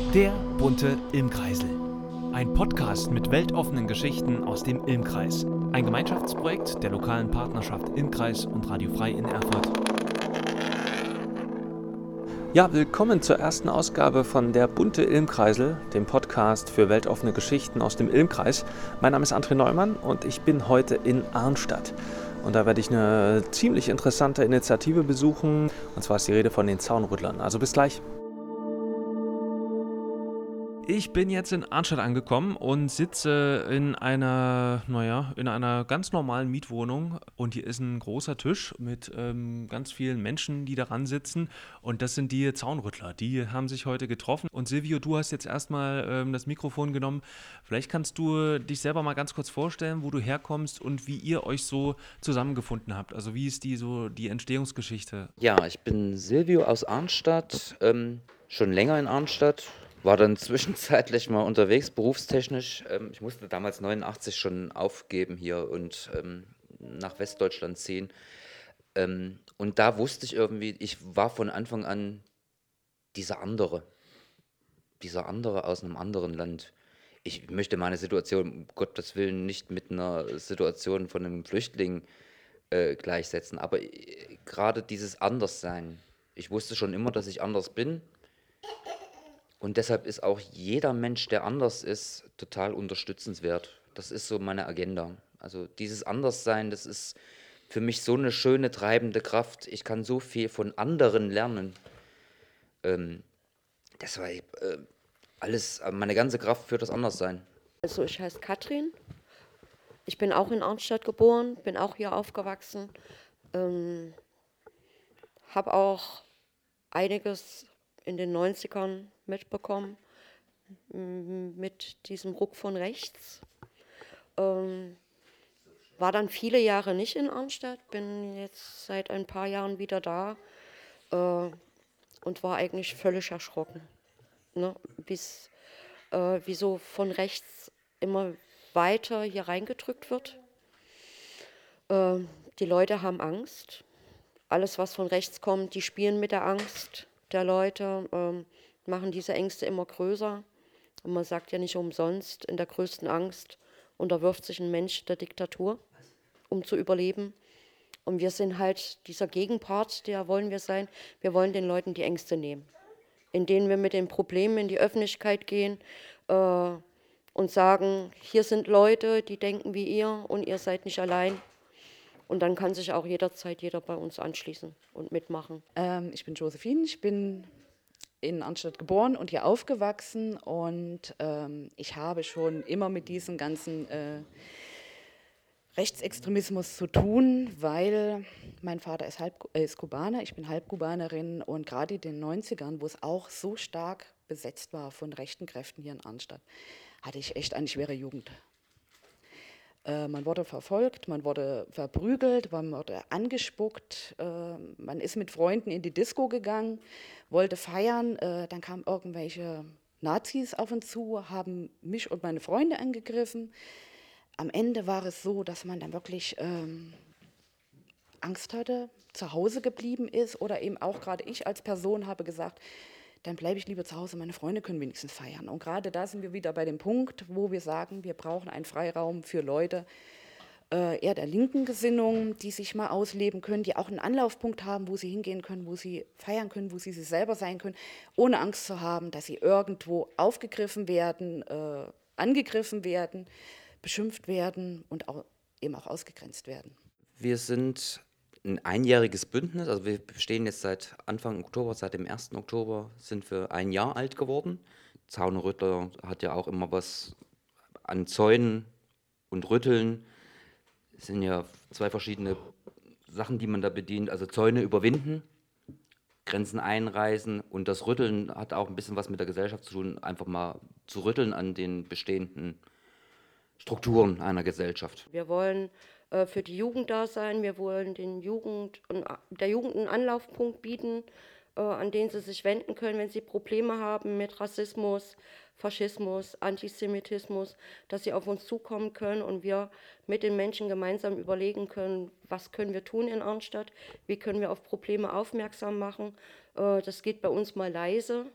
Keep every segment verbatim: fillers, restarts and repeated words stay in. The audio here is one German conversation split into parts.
Der bunte Ilmkreisel. Ein Podcast mit weltoffenen Geschichten aus dem Ilmkreis. Ein Gemeinschaftsprojekt der lokalen Partnerschaft Ilmkreis und Radio Frei in Erfurt. Ja, willkommen zur ersten Ausgabe von Der bunte Ilmkreisel, dem Podcast für weltoffene Geschichten aus dem Ilmkreis. Mein Name ist André Neumann und ich bin heute in Arnstadt. Und da werde ich eine ziemlich interessante Initiative besuchen. Und zwar ist die Rede von den Zaunrüttlern. Also bis gleich. Ich bin jetzt in Arnstadt angekommen und sitze in einer, naja, in einer ganz normalen Mietwohnung. Und hier ist ein großer Tisch mit ähm, ganz vielen Menschen, die daran sitzen. Und das sind die Zaunrüttler. Die haben sich heute getroffen. Und Silvio, du hast jetzt erstmal ähm, das Mikrofon genommen. Vielleicht kannst du dich selber mal ganz kurz vorstellen, wo du herkommst und wie ihr euch so zusammengefunden habt. Also wie ist die so die Entstehungsgeschichte? Ja, ich bin Silvio aus Arnstadt, ähm, schon länger in Arnstadt, war dann zwischenzeitlich mal unterwegs, berufstechnisch. Ähm, ich musste damals neunundachtzig schon aufgeben hier und ähm, nach Westdeutschland ziehen. Ähm, und da wusste ich irgendwie, ich war von Anfang an dieser andere, dieser andere aus einem anderen Land. Ich möchte meine Situation, um Gottes Willen, nicht mit einer Situation von einem Flüchtling äh, gleichsetzen, aber äh, gerade dieses Anderssein. Ich wusste schon immer, dass ich anders bin und deshalb ist auch jeder Mensch, der anders ist, total unterstützenswert. Das ist so meine Agenda. Also dieses Anderssein, das ist für mich so eine schöne treibende Kraft. Ich kann so viel von anderen lernen. Ähm, deshalb äh, alles, meine ganze Kraft für das Anderssein. Also ich heiße Katrin, ich bin auch in Arnstadt geboren, bin auch hier aufgewachsen, ähm, habe auch einiges in den neunzigern mitbekommen, m- mit diesem Ruck von rechts. Ähm, war dann viele Jahre nicht in Arnstadt, bin jetzt seit ein paar Jahren wieder da äh, und war eigentlich völlig erschrocken, ne? Wie's, äh, wie so von rechts immer weiter hier reingedrückt wird. Ähm, die Leute haben Angst. Alles, was von rechts kommt, die spielen mit der Angst der Leute, ähm, machen diese Ängste immer größer. Und man sagt ja nicht umsonst, in der größten Angst unterwirft sich ein Mensch der Diktatur, um zu überleben. Und wir sind halt dieser Gegenpart, der wollen wir sein. Wir wollen den Leuten die Ängste nehmen, indem wir mit den Problemen in die Öffentlichkeit gehen äh, und sagen, hier sind Leute, die denken wie ihr und ihr seid nicht allein. Und dann kann sich auch jederzeit jeder bei uns anschließen und mitmachen. Ähm, ich bin Josephine, ich bin in Arnstadt geboren und hier aufgewachsen und ähm, ich habe schon immer mit diesem ganzen äh, Rechtsextremismus zu tun, weil mein Vater ist, halb, äh, ist Kubaner, ich bin Halbkubanerin und gerade in den neunzigern, wo es auch so stark besetzt war von rechten Kräften hier in Arnstadt, hatte ich echt eine schwere Jugend. Man wurde verfolgt, man wurde verprügelt, man wurde angespuckt, man ist mit Freunden in die Disco gegangen, wollte feiern, dann kamen irgendwelche Nazis auf uns zu, haben mich und meine Freunde angegriffen. Am Ende war es so, dass man dann wirklich ähm, Angst hatte, zu Hause geblieben ist oder eben auch gerade ich als Person habe gesagt, dann bleibe ich lieber zu Hause, meine Freunde können wenigstens feiern. Und gerade da sind wir wieder bei dem Punkt, wo wir sagen, wir brauchen einen Freiraum für Leute äh, eher der linken Gesinnung, die sich mal ausleben können, die auch einen Anlaufpunkt haben, wo sie hingehen können, wo sie feiern können, wo sie sich selber sein können, ohne Angst zu haben, dass sie irgendwo aufgegriffen werden, äh, angegriffen werden, beschimpft werden und auch, eben auch ausgegrenzt werden. Wir sind ein einjähriges Bündnis, also wir bestehen jetzt seit Anfang Oktober, seit dem ersten Oktober sind wir ein Jahr alt geworden. Zaunrüttler hat ja auch immer was an Zäunen und Rütteln. Es sind ja zwei verschiedene Sachen, die man da bedient. Also Zäune überwinden, Grenzen einreißen und das Rütteln hat auch ein bisschen was mit der Gesellschaft zu tun, einfach mal zu rütteln an den bestehenden Strukturen einer Gesellschaft. Wir wollen äh, für die Jugend da sein, wir wollen den Jugend, der Jugend einen Anlaufpunkt bieten, äh, an den sie sich wenden können, wenn sie Probleme haben mit Rassismus, Faschismus, Antisemitismus, dass sie auf uns zukommen können und wir mit den Menschen gemeinsam überlegen können, was können wir tun in Arnstadt, wie können wir auf Probleme aufmerksam machen. Äh, das geht bei uns mal leise.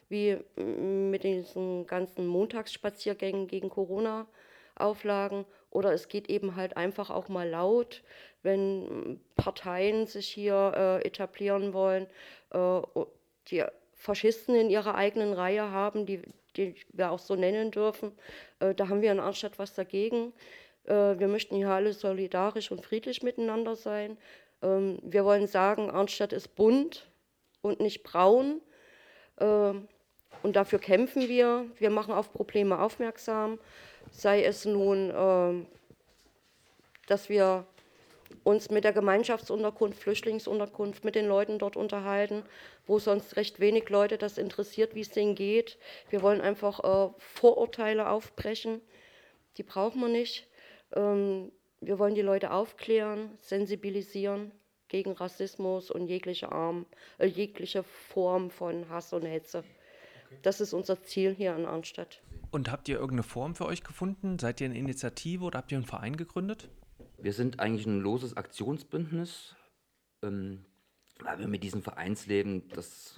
wie mm, mit diesen ganzen Montagsspaziergängen gegen Corona-Auflagen. Oder es geht eben halt einfach auch mal laut, wenn mm, Parteien sich hier äh, etablieren wollen, äh, o- die Faschisten in ihrer eigenen Reihe haben, die, die wir auch so nennen dürfen. Äh, da haben wir in Arnstadt was dagegen. Äh, wir möchten hier alle solidarisch und friedlich miteinander sein. Ähm, wir wollen sagen, Arnstadt ist bunt und nicht braun. Ähm, und dafür kämpfen wir. Wir machen auf Probleme aufmerksam, sei es nun, ähm, dass wir uns mit der Gemeinschaftsunterkunft, Flüchtlingsunterkunft, mit den Leuten dort unterhalten, wo sonst recht wenig Leute das interessiert, wie es denen geht. Wir wollen einfach äh, Vorurteile aufbrechen, die brauchen wir nicht. Ähm, wir wollen die Leute aufklären, sensibilisieren gegen Rassismus und jegliche, Arm, äh, jegliche Form von Hass und Hetze. Das ist unser Ziel hier in Arnstadt. Und habt ihr irgendeine Form für euch gefunden? Seid ihr eine Initiative oder habt ihr einen Verein gegründet? Wir sind eigentlich ein loses Aktionsbündnis, ähm, weil wir mit diesem Vereinsleben, das,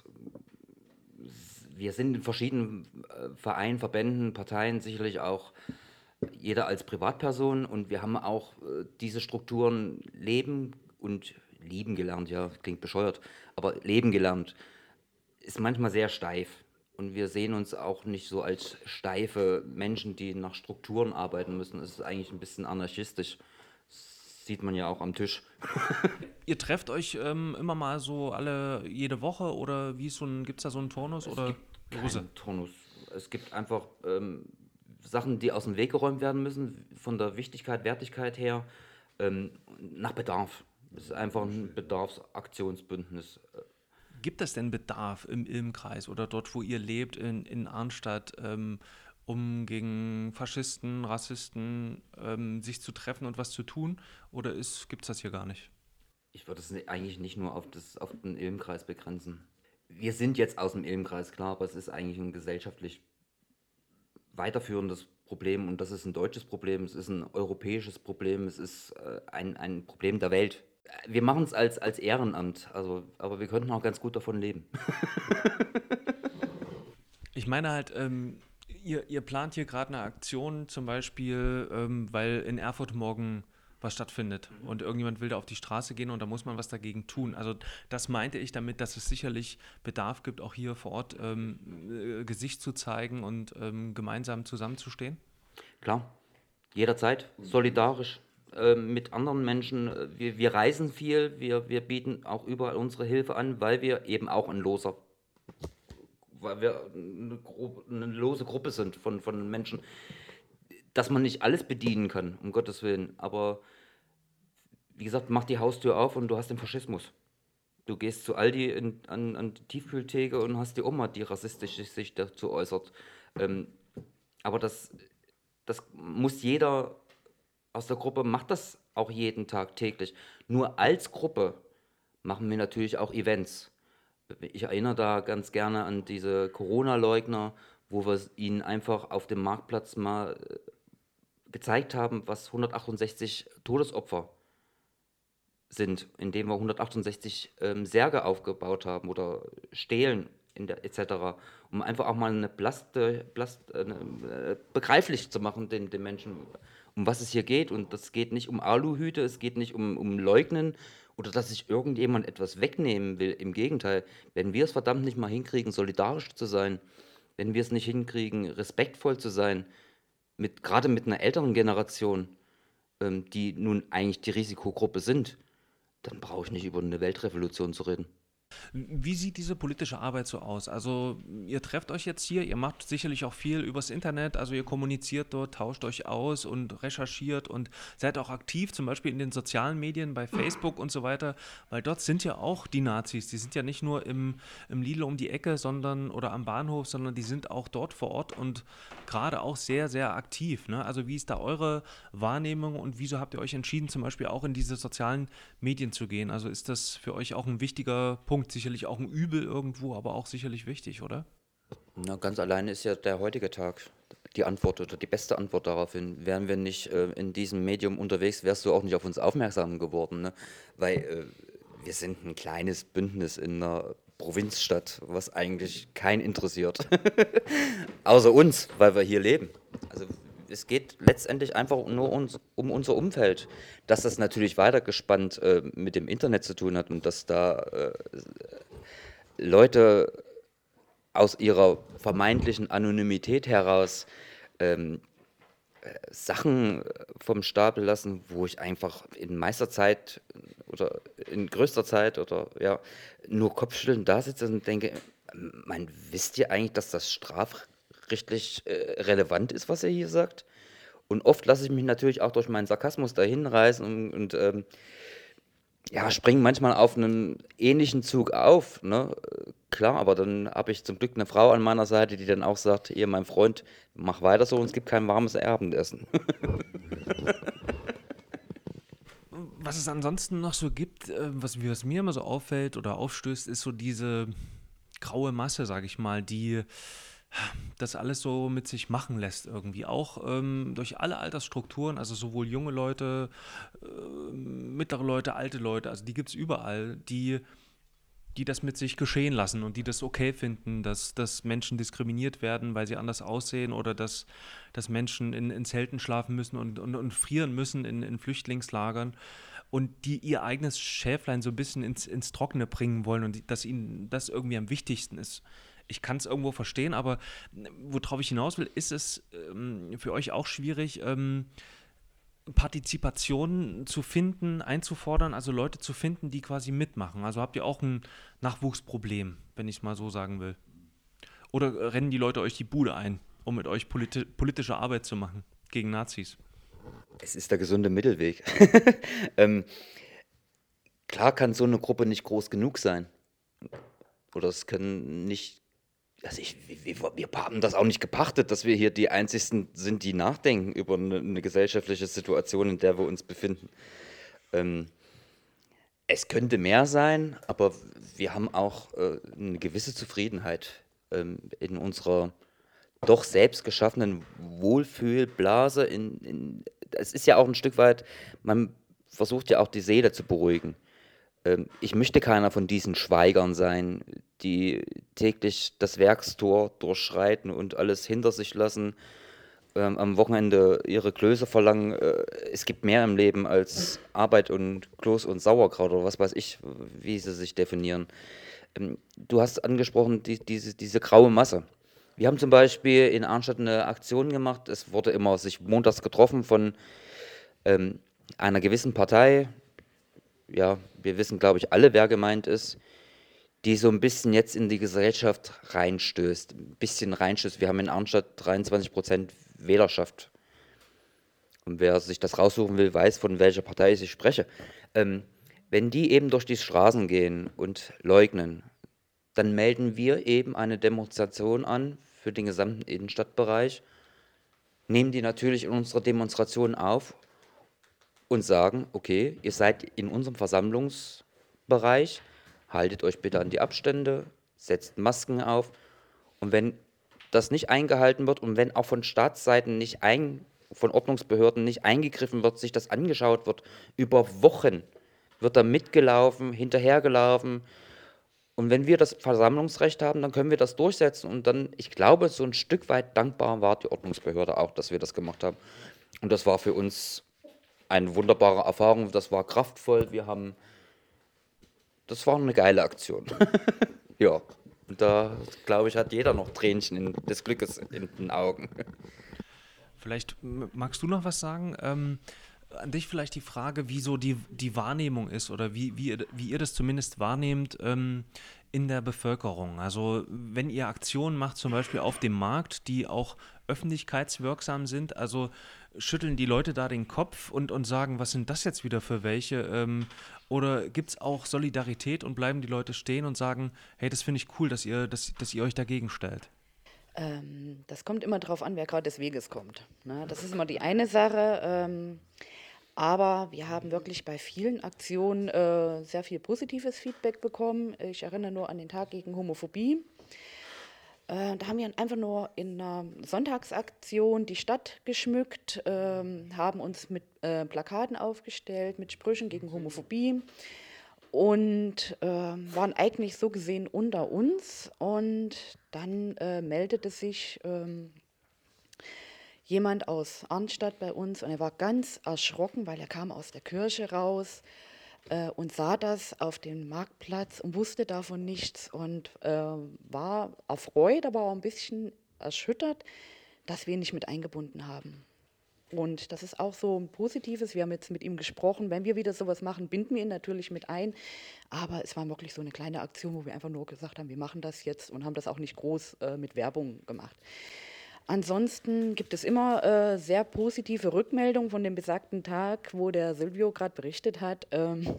wir sind in verschiedenen äh, Vereinen, Verbänden, Parteien, sicherlich auch jeder als Privatperson, und wir haben auch äh, diese Strukturen leben und lieben gelernt, ja, klingt bescheuert, aber leben gelernt, ist manchmal sehr steif. Und wir sehen uns auch nicht so als steife Menschen, die nach Strukturen arbeiten müssen. Es ist eigentlich ein bisschen anarchistisch. Das sieht man ja auch am Tisch. Ihr trefft euch ähm, immer mal so alle jede Woche oder wie ist so ein, gibt es da so einen Turnus oder Lose? Kein Turnus. Es gibt einfach ähm, Sachen, die aus dem Weg geräumt werden müssen, von der Wichtigkeit, Wertigkeit her, ähm, nach Bedarf. Es ist einfach ein Bedarfsaktionsbündnis. Gibt es denn Bedarf im Ilmkreis oder dort, wo ihr lebt, in, in Arnstadt, ähm, um gegen Faschisten, Rassisten ähm, sich zu treffen und was zu tun? Oder gibt es das hier gar nicht? Ich würde es ni- eigentlich nicht nur auf, das, auf den Ilmkreis begrenzen. Wir sind jetzt aus dem Ilmkreis, klar, aber es ist eigentlich ein gesellschaftlich weiterführendes Problem, und das ist ein deutsches Problem, es ist ein europäisches Problem, es ist äh, ein, ein Problem der Welt. Wir machen es als, als Ehrenamt, also, aber wir könnten auch ganz gut davon leben. Ich meine halt, ähm, ihr, ihr plant hier gerade eine Aktion, zum Beispiel, ähm, weil in Erfurt morgen was stattfindet und irgendjemand will da auf die Straße gehen und da muss man was dagegen tun. Also das meinte ich damit, dass es sicherlich Bedarf gibt, auch hier vor Ort ähm, äh, Gesicht zu zeigen und ähm, gemeinsam zusammenzustehen. Klar, jederzeit solidarisch äh, mit anderen Menschen. Äh, Wir, wir reisen viel, wir, wir bieten auch überall unsere Hilfe an, weil wir eben auch ein loser, weil wir eine, gro- eine lose Gruppe sind von, von Menschen, dass man nicht alles bedienen kann, um Gottes Willen. Aber wie gesagt, mach die Haustür auf und du hast den Faschismus. Du gehst zu Aldi in, an, an die Tiefkühltheke und hast die Oma, die rassistisch sich dazu äußert. Ähm, aber das, das muss jeder aus der Gruppe, macht das auch jeden Tag täglich. Nur als Gruppe machen wir natürlich auch Events. Ich erinnere da ganz gerne an diese Corona-Leugner, wo wir ihnen einfach auf dem Marktplatz mal äh, gezeigt haben, was hundertachtundsechzig Todesopfer sind, indem wir hundertachtundsechzig ähm, Särge aufgebaut haben oder Stelen in der, et cetera, um einfach auch mal eine Blast, äh, Blast, äh, äh, begreiflich zu machen den, den Menschen, um was es hier geht. Und das geht nicht um Aluhüte, es geht nicht um, um Leugnen oder dass sich irgendjemand etwas wegnehmen will. Im Gegenteil, wenn wir es verdammt nicht mal hinkriegen, solidarisch zu sein, wenn wir es nicht hinkriegen, respektvoll zu sein, mit, gerade mit einer älteren Generation, ähm, die nun eigentlich die Risikogruppe sind, dann brauche ich nicht über eine Weltrevolution zu reden. Wie sieht diese politische Arbeit so aus? Also ihr trefft euch jetzt hier, ihr macht sicherlich auch viel übers Internet, also ihr kommuniziert dort, tauscht euch aus und recherchiert und seid auch aktiv, zum Beispiel in den sozialen Medien, bei Facebook und so weiter, weil dort sind ja auch die Nazis, die sind ja nicht nur im, im Lidl um die Ecke, sondern oder am Bahnhof, sondern die sind auch dort vor Ort und gerade auch sehr, sehr aktiv. Ne? Also wie ist da eure Wahrnehmung und wieso habt ihr euch entschieden, zum Beispiel auch in diese sozialen Medien zu gehen? Also ist das für euch auch ein wichtiger Punkt? Sicherlich auch ein Übel irgendwo, aber auch sicherlich wichtig, oder? Na, ganz alleine ist ja der heutige Tag die Antwort oder die beste Antwort daraufhin. Wären wir nicht äh, in diesem Medium unterwegs, wärst du auch nicht auf uns aufmerksam geworden. Ne? Weil äh, wir sind ein kleines Bündnis in einer Provinzstadt, was eigentlich keinen interessiert. Außer uns, weil wir hier leben. Also es geht letztendlich einfach nur uns, um unser Umfeld. Dass das natürlich weitergespannt äh, mit dem Internet zu tun hat und dass da äh, Leute aus ihrer vermeintlichen Anonymität heraus ähm, Sachen vom Stapel lassen, wo ich einfach in meiner Zeit oder in größter Zeit oder ja nur kopfschüttelnd da sitze und denke, man, wisst ihr eigentlich, dass das strafrechtlich äh, relevant ist, was ihr hier sagt? Und oft lasse ich mich natürlich auch durch meinen Sarkasmus dahin reißen und, und ähm, ja, springen manchmal auf einen ähnlichen Zug auf, ne? Äh, Klar, aber dann habe ich zum Glück eine Frau an meiner Seite, die dann auch sagt, ihr, mein Freund, mach weiter so und es gibt kein warmes Abendessen. Was es ansonsten noch so gibt, äh, was, was mir immer so auffällt oder aufstößt, ist so diese graue Masse, sage ich mal, die das alles so mit sich machen lässt irgendwie. Auch ähm, durch alle Altersstrukturen, also sowohl junge Leute, äh, mittlere Leute, alte Leute, also die gibt es überall, die die das mit sich geschehen lassen und die das okay finden, dass, dass Menschen diskriminiert werden, weil sie anders aussehen oder dass, dass Menschen in, in Zelten schlafen müssen und, und, und frieren müssen in, in Flüchtlingslagern und die ihr eigenes Schäflein so ein bisschen ins, ins Trockene bringen wollen und die, dass ihnen das irgendwie am wichtigsten ist. Ich kann es irgendwo verstehen, aber worauf ich hinaus will, ist es ähm, für euch auch schwierig, ähm, Partizipation zu finden, einzufordern, also Leute zu finden, die quasi mitmachen. Also habt ihr auch ein Nachwuchsproblem, wenn ich es mal so sagen will. Oder rennen die Leute euch die Bude ein, um mit euch politi- politische Arbeit zu machen gegen Nazis? Es ist der gesunde Mittelweg. ähm, klar kann so eine Gruppe nicht groß genug sein. Oder es können nicht, also ich, wir, wir haben das auch nicht gepachtet, dass wir hier die Einzigen sind, die nachdenken über eine, eine gesellschaftliche Situation, in der wir uns befinden. Ähm, es könnte mehr sein, aber wir haben auch äh, eine gewisse Zufriedenheit ähm, in unserer doch selbst geschaffenen Wohlfühlblase. In, in, es ist ja auch ein Stück weit, man versucht ja auch die Seele zu beruhigen. Ähm, ich möchte keiner von diesen Schweigern sein, die täglich das Werkstor durchschreiten und alles hinter sich lassen, ähm, am Wochenende ihre Klöße verlangen. Äh, es gibt mehr im Leben als Arbeit und Kloß und Sauerkraut oder was weiß ich, wie sie sich definieren. Ähm, du hast angesprochen, die, diese, diese graue Masse. Wir haben zum Beispiel in Arnstadt eine Aktion gemacht. Es wurde immer sich montags getroffen von ähm, einer gewissen Partei. Ja, wir wissen, glaube ich, alle, wer gemeint ist, die so ein bisschen jetzt in die Gesellschaft reinstößt. Ein bisschen reinstößt. Wir haben in Arnstadt dreiundzwanzig Prozent Wählerschaft. Und wer sich das raussuchen will, weiß, von welcher Partei ich spreche. Ähm, wenn die eben durch die Straßen gehen und leugnen, dann melden wir eben eine Demonstration an für den gesamten Innenstadtbereich, nehmen die natürlich in unserer Demonstration auf und sagen, okay, ihr seid in unserem Versammlungsbereich, haltet euch bitte an die Abstände, setzt Masken auf und wenn das nicht eingehalten wird und wenn auch von Staatsseiten nicht ein, von Ordnungsbehörden nicht eingegriffen wird, sich das angeschaut wird, über Wochen wird da mitgelaufen, hinterhergelaufen. Und wenn wir das Versammlungsrecht haben, dann können wir das durchsetzen. Und dann, ich glaube, so ein Stück weit dankbar war die Ordnungsbehörde auch, dass wir das gemacht haben. Und das war für uns eine wunderbare Erfahrung. Das war kraftvoll. Wir haben, das war eine geile Aktion. Ja, und da, glaube ich, hat jeder noch Tränchen in, des Glückes in den Augen. Vielleicht m- magst du noch was sagen? Ähm, an dich vielleicht die Frage, wie so die, die Wahrnehmung ist oder wie, wie, ihr, wie ihr das zumindest wahrnehmt ähm, in der Bevölkerung. Also wenn ihr Aktionen macht, zum Beispiel auf dem Markt, die auch öffentlichkeitswirksam sind, also schütteln die Leute da den Kopf und, und sagen, was sind das jetzt wieder für welche? Ähm, oder gibt es auch Solidarität und bleiben die Leute stehen und sagen, hey, das finde ich cool, dass ihr, dass, dass ihr euch dagegen stellt? Ähm, das kommt immer darauf an, wer gerade des Weges kommt. Ne? Das ist immer die eine Sache. Ähm, aber wir haben wirklich bei vielen Aktionen äh, sehr viel positives Feedback bekommen. Ich erinnere nur an den Tag gegen Homophobie. Äh, da haben wir einfach nur in einer Sonntagsaktion die Stadt geschmückt, ähm, haben uns mit äh, Plakaten aufgestellt, mit Sprüchen gegen Homophobie. und äh, waren eigentlich so gesehen unter uns. Und dann äh, meldete sich ähm, jemand aus Arnstadt bei uns und er war ganz erschrocken, weil er kam aus der Kirche raus äh, und sah das auf dem Marktplatz und wusste davon nichts und äh, war erfreut, aber auch ein bisschen erschüttert, dass wir ihn nicht mit eingebunden haben. Und das ist auch so ein Positives. Wir haben jetzt mit ihm gesprochen. Wenn wir wieder sowas machen, binden wir ihn natürlich mit ein. Aber es war wirklich so eine kleine Aktion, wo wir einfach nur gesagt haben, wir machen das jetzt und haben das auch nicht groß äh, mit Werbung gemacht. Ansonsten gibt es immer äh, sehr positive Rückmeldungen von dem besagten Tag, wo der Silvio gerade berichtet hat. Ähm,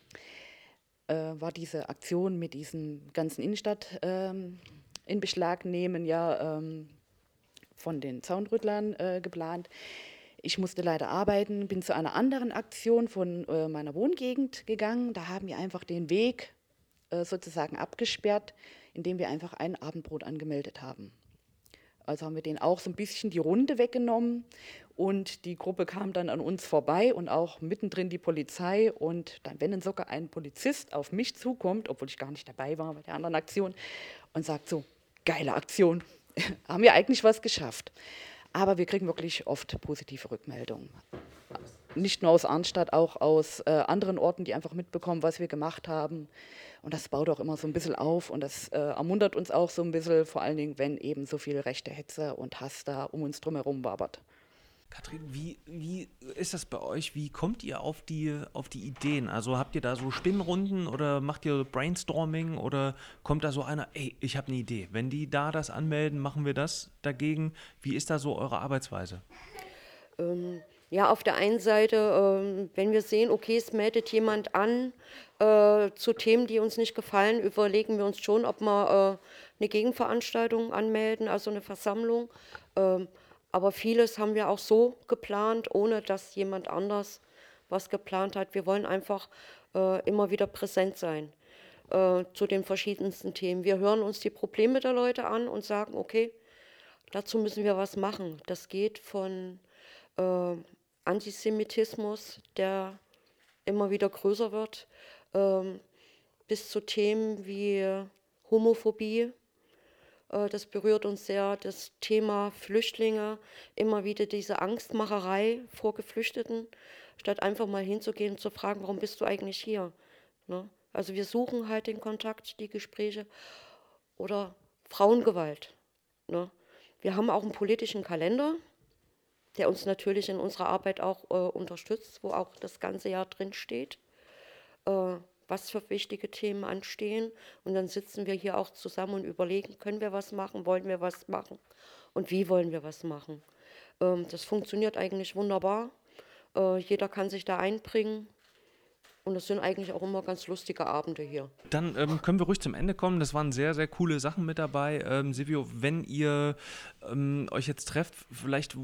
äh, war diese Aktion mit diesem ganzen Innenstadt ähm, in Beschlag nehmen, ja, ähm, von den Zaunrüttlern äh, geplant. Ich musste leider arbeiten, bin zu einer anderen Aktion von äh, meiner Wohngegend gegangen. Da haben wir einfach den Weg äh, sozusagen abgesperrt, indem wir einfach ein Abendbrot angemeldet haben. Also haben wir denen auch so ein bisschen die Runde weggenommen und die Gruppe kam dann an uns vorbei und auch mittendrin die Polizei. Und dann, wenn dann sogar ein Polizist auf mich zukommt, obwohl ich gar nicht dabei war bei der anderen Aktion, und sagt so, geile Aktion, haben wir eigentlich was geschafft. Aber wir kriegen wirklich oft positive Rückmeldungen. Nicht nur aus Arnstadt, auch aus äh, anderen Orten, die einfach mitbekommen, was wir gemacht haben. Und das baut auch immer so ein bisschen auf und das äh, ermuntert uns auch so ein bisschen, vor allen Dingen, wenn eben so viel rechte Hetze und Hass da um uns drumherum wabert. Katrin, wie, wie ist das bei euch? Wie kommt ihr auf die, auf die Ideen? Also habt ihr da so Spinnrunden oder macht ihr Brainstorming oder kommt da so einer, ey, ich habe eine Idee. Wenn die da das anmelden, machen wir das dagegen. Wie ist da so eure Arbeitsweise? Ähm, ja, auf der einen Seite, ähm, wenn wir sehen, okay, es meldet jemand an äh, zu Themen, die uns nicht gefallen, überlegen wir uns schon, ob wir äh, eine Gegenveranstaltung anmelden, also eine Versammlung. Ähm, aber vieles haben wir auch so geplant, ohne dass jemand anders was geplant hat. Wir wollen einfach äh, immer wieder präsent sein äh, zu den verschiedensten Themen. Wir hören uns die Probleme der Leute an und sagen, okay, dazu müssen wir was machen. Das geht von äh, Antisemitismus, der immer wieder größer wird, ähm, bis zu Themen wie Homophobie. Äh, das berührt uns sehr. Das Thema Flüchtlinge, immer wieder diese Angstmacherei vor Geflüchteten, statt einfach mal hinzugehen und zu fragen, warum bist du eigentlich hier? Ne? Also wir suchen halt den Kontakt, die Gespräche. Oder Frauengewalt. Ne? Wir haben auch einen politischen Kalender, der uns natürlich in unserer Arbeit auch äh, unterstützt, wo auch das ganze Jahr drin steht, äh, was für wichtige Themen anstehen. Und dann sitzen wir hier auch zusammen und überlegen, können wir was machen, wollen wir was machen und wie wollen wir was machen. Ähm, das funktioniert eigentlich wunderbar. Äh, jeder kann sich da einbringen. Und es sind eigentlich auch immer ganz lustige Abende hier. Dann ähm, können wir ruhig zum Ende kommen. Das waren sehr, sehr coole Sachen mit dabei. Ähm, Silvio, wenn ihr ähm, euch jetzt trefft, vielleicht,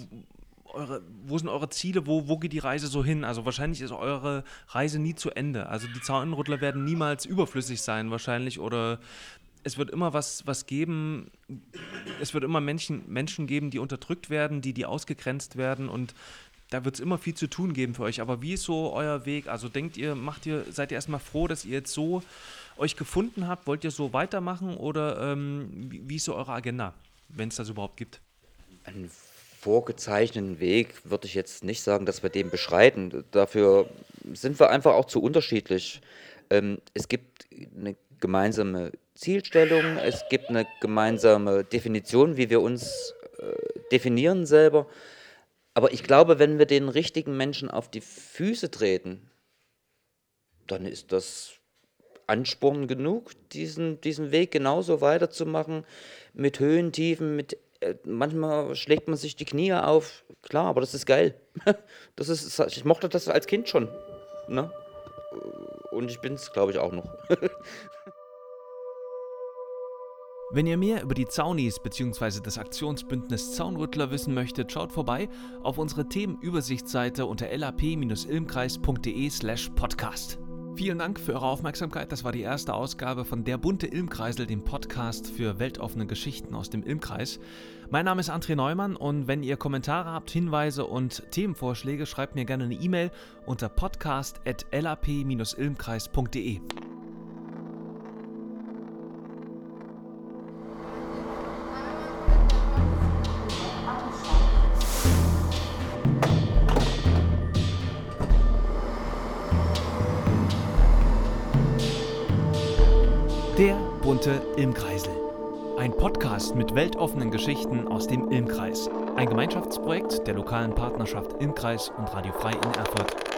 eure, wo sind eure Ziele, wo, wo geht die Reise so hin? Also wahrscheinlich ist eure Reise nie zu Ende. Also die Zaunrüttler werden niemals überflüssig sein wahrscheinlich oder es wird immer was, was geben, es wird immer Menschen, Menschen geben, die unterdrückt werden, die, die ausgegrenzt werden und da wird es immer viel zu tun geben für euch. Aber wie ist so euer Weg? Also denkt ihr, macht ihr, seid ihr erstmal froh, dass ihr jetzt so euch gefunden habt? Wollt ihr so weitermachen oder ähm, wie, wie ist so eure Agenda, wenn es das überhaupt gibt? Einen vorgezeichneten Weg würde ich jetzt nicht sagen, dass wir den beschreiten. Dafür sind wir einfach auch zu unterschiedlich. Ähm, es gibt eine gemeinsame Zielstellung, es gibt eine gemeinsame Definition, wie wir uns äh, definieren selber. Aber ich glaube, wenn wir den richtigen Menschen auf die Füße treten, dann ist das Ansporn genug, diesen, diesen Weg genauso weiterzumachen, mit Höhen, Tiefen, mit, äh, manchmal schlägt man sich die Knie auf, klar, aber das ist geil. Das ist, ich mochte das als Kind schon. Ne? Und ich bin es, glaube ich, auch noch. Wenn ihr mehr über die Zaunis bzw. das Aktionsbündnis Zaunrüttler wissen möchtet, schaut vorbei auf unsere Themenübersichtsseite unter l a p Bindestrich ilmkreis punkt d e slash podcast. Vielen Dank für eure Aufmerksamkeit. Das war die erste Ausgabe von Der bunte Ilmkreisel, dem Podcast für weltoffene Geschichten aus dem Ilmkreis. Mein Name ist André Neumann und wenn ihr Kommentare habt, Hinweise und Themenvorschläge, schreibt mir gerne eine E-Mail unter podcast at l a p dash ilmkreis punkt d e. Der bunte Ilmkreisel. Ein Podcast mit weltoffenen Geschichten aus dem Ilmkreis. Ein Gemeinschaftsprojekt der lokalen Partnerschaft Ilmkreis und Radio Frei in Erfurt.